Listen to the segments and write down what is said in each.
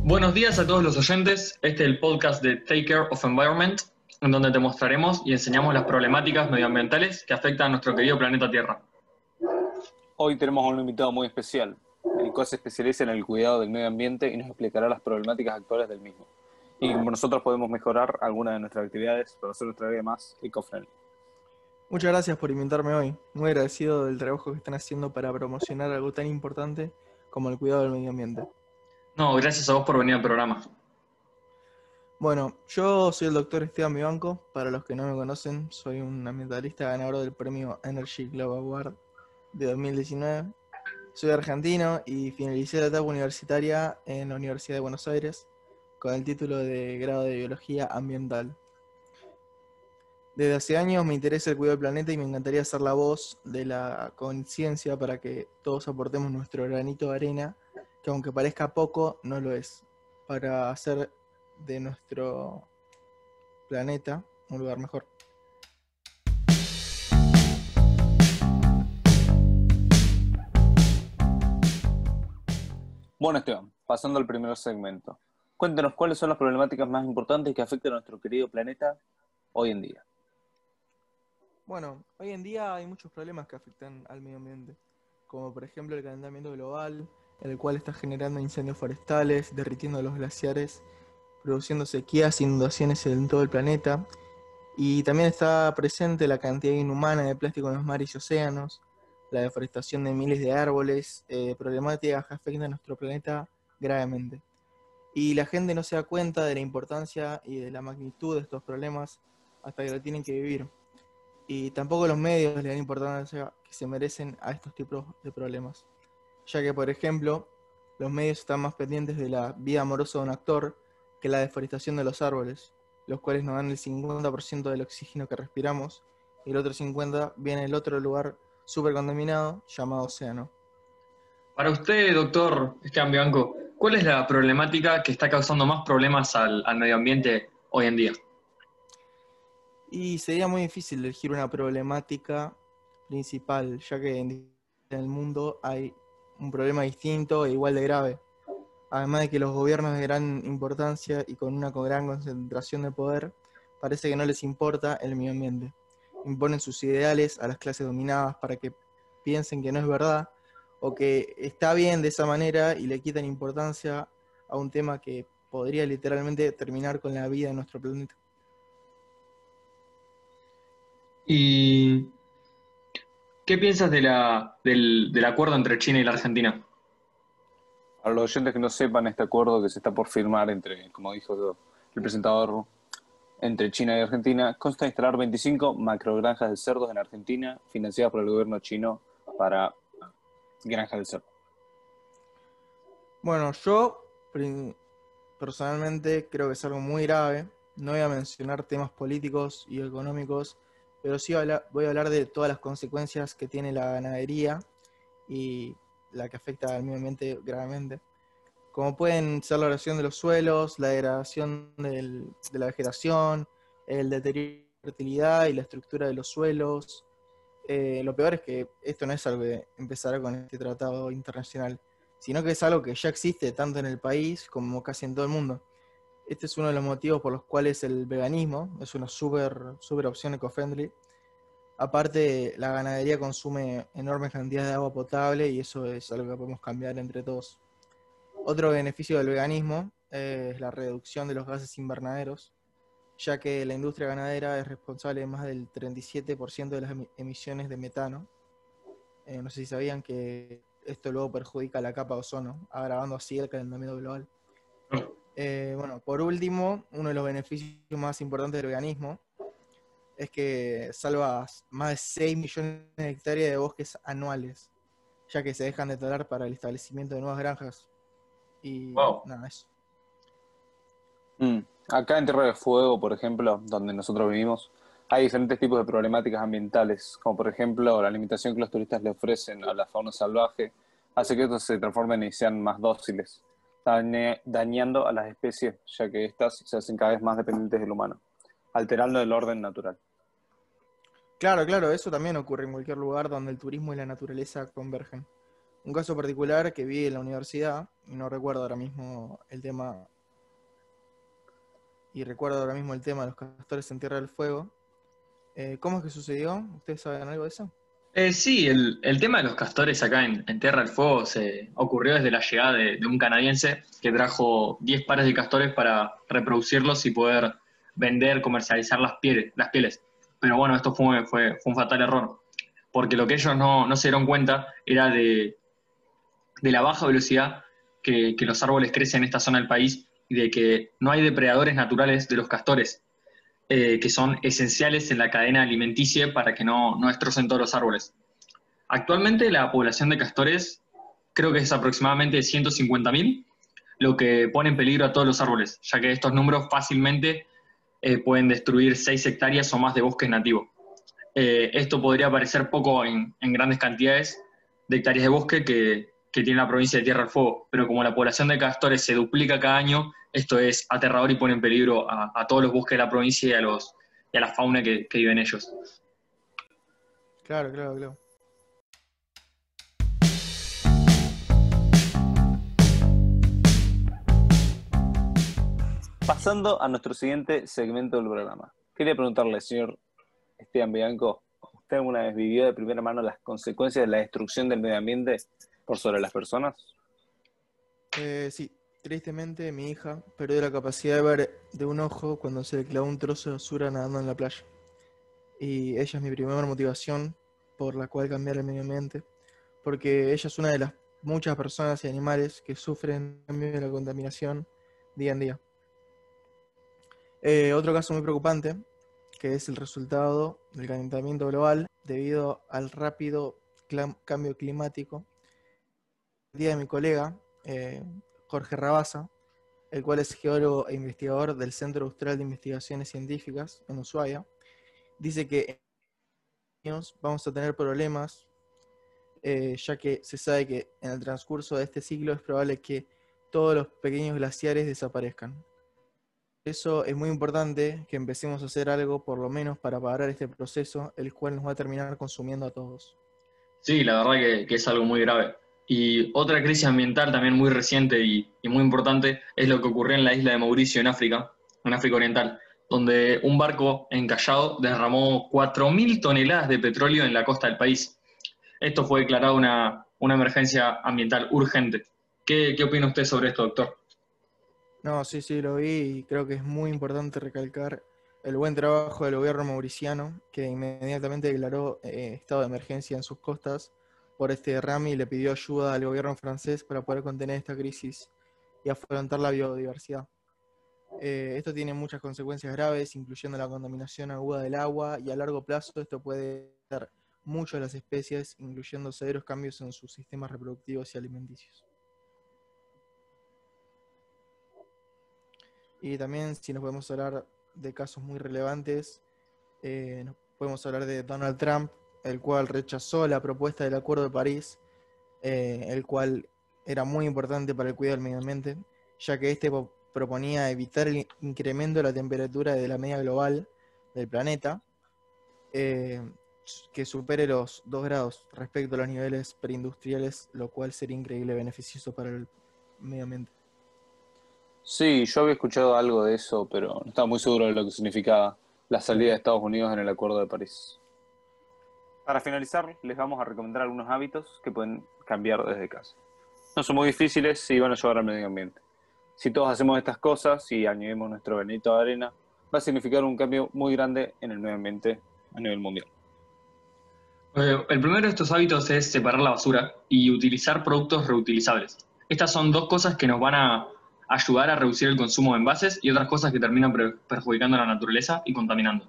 Buenos días a todos los oyentes. Este es el podcast de Take Care of Environment, en donde te mostraremos y enseñamos las problemáticas medioambientales que afectan a nuestro querido planeta Tierra. Hoy tenemos a un invitado muy especial, el cual se especializa en el cuidado del medio ambiente y nos explicará las problemáticas actuales del mismo, y cómo nosotros podemos mejorar algunas de nuestras actividades para hacer nuestra vida más eco-friendly. Muchas gracias por invitarme hoy. Muy agradecido del trabajo que están haciendo para promocionar algo tan importante como el cuidado del medio ambiente. No, gracias a vos por venir al programa. Bueno, yo soy el doctor Esteban Vivanco. Para los que no me conocen, soy un ambientalista ganador del premio Energy Global Award de 2019. Soy argentino y finalicé la etapa universitaria en la Universidad de Buenos Aires con el título de grado de Biología Ambiental. Desde hace años me interesa el cuidado del planeta y me encantaría ser la voz de la conciencia para que todos aportemos nuestro granito de arena, que aunque parezca poco, no lo es, para hacer de nuestro planeta un lugar mejor. Bueno, Esteban, pasando al primer segmento. Cuéntanos cuáles son las problemáticas más importantes que afectan a nuestro querido planeta hoy en día. Bueno, hoy en día hay muchos problemas que afectan al medio ambiente, como por ejemplo el calentamiento global, el cual está generando incendios forestales, derritiendo los glaciares, produciendo sequías e inundaciones en todo el planeta. Y también está presente la cantidad inhumana de plástico en los mares y océanos, la deforestación de miles de árboles, problemáticas que afectan a nuestro planeta gravemente. Y la gente no se da cuenta de la importancia y de la magnitud de estos problemas hasta que lo tienen que vivir. Y tampoco los medios le dan importancia que se merecen a estos tipos de problemas. Ya que, por ejemplo, los medios están más pendientes de la vida amorosa de un actor que la deforestación de los árboles, los cuales nos dan el 50% del oxígeno que respiramos, y el otro 50% viene del otro lugar súper contaminado llamado océano. Para usted, doctor Esteban Bianco, ¿cuál es la problemática que está causando más problemas al medio ambiente hoy en día? Y sería muy difícil elegir una problemática principal, ya que en el mundo hay un problema distinto e igual de grave. Además de que los gobiernos de gran importancia y con una gran concentración de poder, parece que no les importa el medio ambiente. Imponen sus ideales a las clases dominadas para que piensen que no es verdad o que está bien de esa manera y le quitan importancia a un tema que podría literalmente terminar con la vida de nuestro planeta. ¿Y qué piensas del acuerdo entre China y la Argentina? Para los oyentes que no sepan, este acuerdo que se está por firmar entre, como dijo el presentador, entre China y Argentina, consta de instalar 25 macrogranjas de cerdos en Argentina, financiadas por el gobierno chino para granjas de cerdo. Bueno, yo personalmente creo que es algo muy grave. No voy a mencionar temas políticos y económicos, pero sí voy a hablar de todas las consecuencias que tiene la ganadería y la que afecta al medio ambiente gravemente. Como pueden ser la erosión de los suelos, la degradación de la vegetación, el deterioro de la fertilidad y la estructura de los suelos. Lo peor es que esto no es algo que empezará con este tratado internacional, sino que es algo que ya existe tanto en el país como casi en todo el mundo. Este es uno de los motivos por los cuales el veganismo es una super opción eco-friendly. Aparte, la ganadería consume enormes cantidades de agua potable y eso es algo que podemos cambiar entre todos. Otro beneficio del veganismo es la reducción de los gases invernaderos, ya que la industria ganadera es responsable de más del 37% de las emisiones de metano. No sé si sabían que esto luego perjudica la capa de ozono, agravando así el calentamiento global. Bueno, por último, uno de los beneficios más importantes del veganismo es que salva más de 6 millones de hectáreas de bosques anuales, ya que se dejan de talar para el establecimiento de nuevas granjas. Y Wow. nada, eso. Acá en Tierra de Fuego, por ejemplo, donde nosotros vivimos, hay diferentes tipos de problemáticas ambientales, como por ejemplo la limitación que los turistas le ofrecen a la fauna salvaje, hace que estos se transformen y sean más dóciles, dañando a las especies, ya que éstas se hacen cada vez más dependientes del humano, alterando el orden natural. Claro, eso también ocurre en cualquier lugar donde el turismo y la naturaleza convergen. Un caso particular que vi en la universidad, y no recuerdo ahora mismo el tema, de los castores en Tierra del Fuego. ¿Cómo es que sucedió? ¿Ustedes saben algo de eso? Sí, el tema de los castores acá en Tierra del Fuego se ocurrió desde la llegada de un canadiense que trajo 10 pares de castores para reproducirlos y poder vender, comercializar las pieles. Pero bueno, esto fue un fatal error, porque lo que ellos no se dieron cuenta era de la baja velocidad que los árboles crecen en esta zona del país y de que no hay depredadores naturales de los castores, que son esenciales en la cadena alimenticia para que no destrocen todos los árboles. Actualmente la población de castores creo que es aproximadamente de 150.000, lo que pone en peligro a todos los árboles, ya que estos números fácilmente pueden destruir 6 hectáreas o más de bosques nativos. Esto podría parecer poco en grandes cantidades de hectáreas de bosque que tiene la provincia de Tierra del Fuego, pero como la población de castores se duplica cada año, esto es aterrador y pone en peligro a todos los bosques de la provincia y a la fauna que viven ellos. Claro, claro, claro. Pasando a nuestro siguiente segmento del programa. Quería preguntarle, señor Esteban Bianco, ¿usted alguna vez vivió de primera mano las consecuencias de la destrucción del medio ambiente por sobre las personas? Sí, tristemente mi hija perdió la capacidad de ver de un ojo cuando se le clavó un trozo de basura nadando en la playa. Y ella es mi primera motivación por la cual cambiar el medio ambiente, porque ella es una de las muchas personas y animales que sufren de la contaminación día en día. Otro caso muy preocupante, que es el resultado del calentamiento global debido al rápido cambio climático. El día de mi colega, Jorge Rabasa, el cual es geólogo e investigador del Centro Austral de Investigaciones Científicas en Ushuaia, dice que en años vamos a tener problemas, ya que se sabe que en el transcurso de este siglo es probable que todos los pequeños glaciares desaparezcan. Eso es muy importante que empecemos a hacer algo, por lo menos para parar este proceso, el cual nos va a terminar consumiendo a todos. Sí, la verdad que es algo muy grave. Y otra crisis ambiental también muy reciente y muy importante es lo que ocurrió en la isla de Mauricio, en África Oriental, donde un barco encallado derramó 4.000 toneladas de petróleo en la costa del país. Esto fue declarado una emergencia ambiental urgente. ¿Qué opina usted sobre esto, doctor? No, sí, sí, lo vi y creo que es muy importante recalcar el buen trabajo del gobierno mauriciano, que inmediatamente declaró estado de emergencia en sus costas por este derrame y le pidió ayuda al gobierno francés para poder contener esta crisis y afrontar la biodiversidad. Esto tiene muchas consecuencias graves, incluyendo la contaminación aguda del agua, y a largo plazo esto puede afectar mucho a las especies, incluyendo severos cambios en sus sistemas reproductivos y alimenticios. Y también, si nos podemos hablar de casos muy relevantes, nos podemos hablar de Donald Trump, el cual rechazó la propuesta del Acuerdo de París, el cual era muy importante para el cuidado del medio ambiente, ya que este proponía evitar el incremento de la temperatura de la media global del planeta, que supere los 2 grados respecto a los niveles preindustriales, lo cual sería increíble beneficioso para el medio ambiente. Sí, yo había escuchado algo de eso, pero no estaba muy seguro de lo que significaba la salida de Estados Unidos en el Acuerdo de París. Para finalizar, les vamos a recomendar algunos hábitos que pueden cambiar desde casa. No son muy difíciles y van a ayudar al medio ambiente. Si todos hacemos estas cosas y añadimos nuestro granito de arena, va a significar un cambio muy grande en el medio ambiente a nivel mundial. El primero de estos hábitos es separar la basura y utilizar productos reutilizables. Estas son dos cosas que nos van a ayudar a reducir el consumo de envases y otras cosas que terminan perjudicando a la naturaleza y contaminando.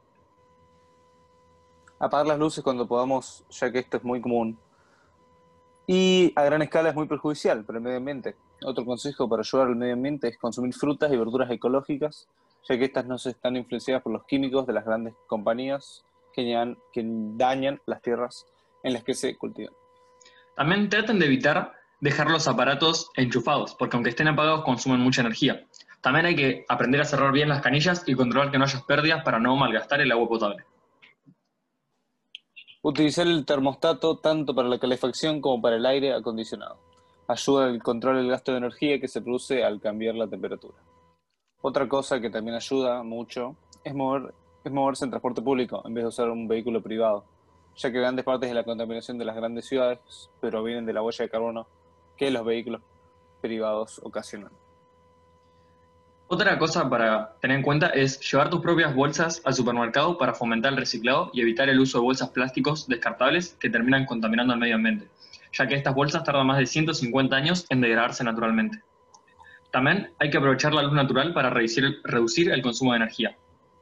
Apagar las luces cuando podamos, ya que esto es muy común. Y a gran escala es muy perjudicial para el medio ambiente. Otro consejo para ayudar al medio ambiente es consumir frutas y verduras ecológicas, ya que estas no se están influenciadas por los químicos de las grandes compañías que dañan las tierras en las que se cultivan. También traten de evitar dejar los aparatos enchufados, porque aunque estén apagados consumen mucha energía. También hay que aprender a cerrar bien las canillas y controlar que no haya pérdidas para no malgastar el agua potable. Utilizar el termostato tanto para la calefacción como para el aire acondicionado. Ayuda al control del gasto de energía que se produce al cambiar la temperatura. Otra cosa que también ayuda mucho es moverse en transporte público en vez de usar un vehículo privado, ya que grandes partes de la contaminación de las grandes ciudades provienen de la huella de carbono que los vehículos privados ocasionan. Otra cosa para tener en cuenta es llevar tus propias bolsas al supermercado para fomentar el reciclado y evitar el uso de bolsas plásticos descartables que terminan contaminando al medio ambiente, ya que estas bolsas tardan más de 150 años en degradarse naturalmente. También hay que aprovechar la luz natural para reducir el consumo de energía.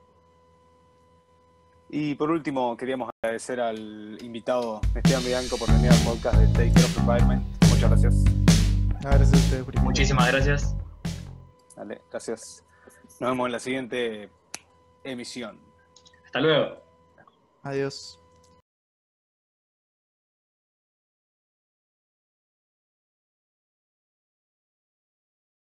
Y por último, queríamos agradecer al invitado Esteban Bianco por venir al podcast de Take Care of Environment. Muchas gracias. Gracias a ustedes por invitarme. Muchísimas gracias. Dale, gracias. Nos vemos en la siguiente emisión. Hasta luego. Adiós.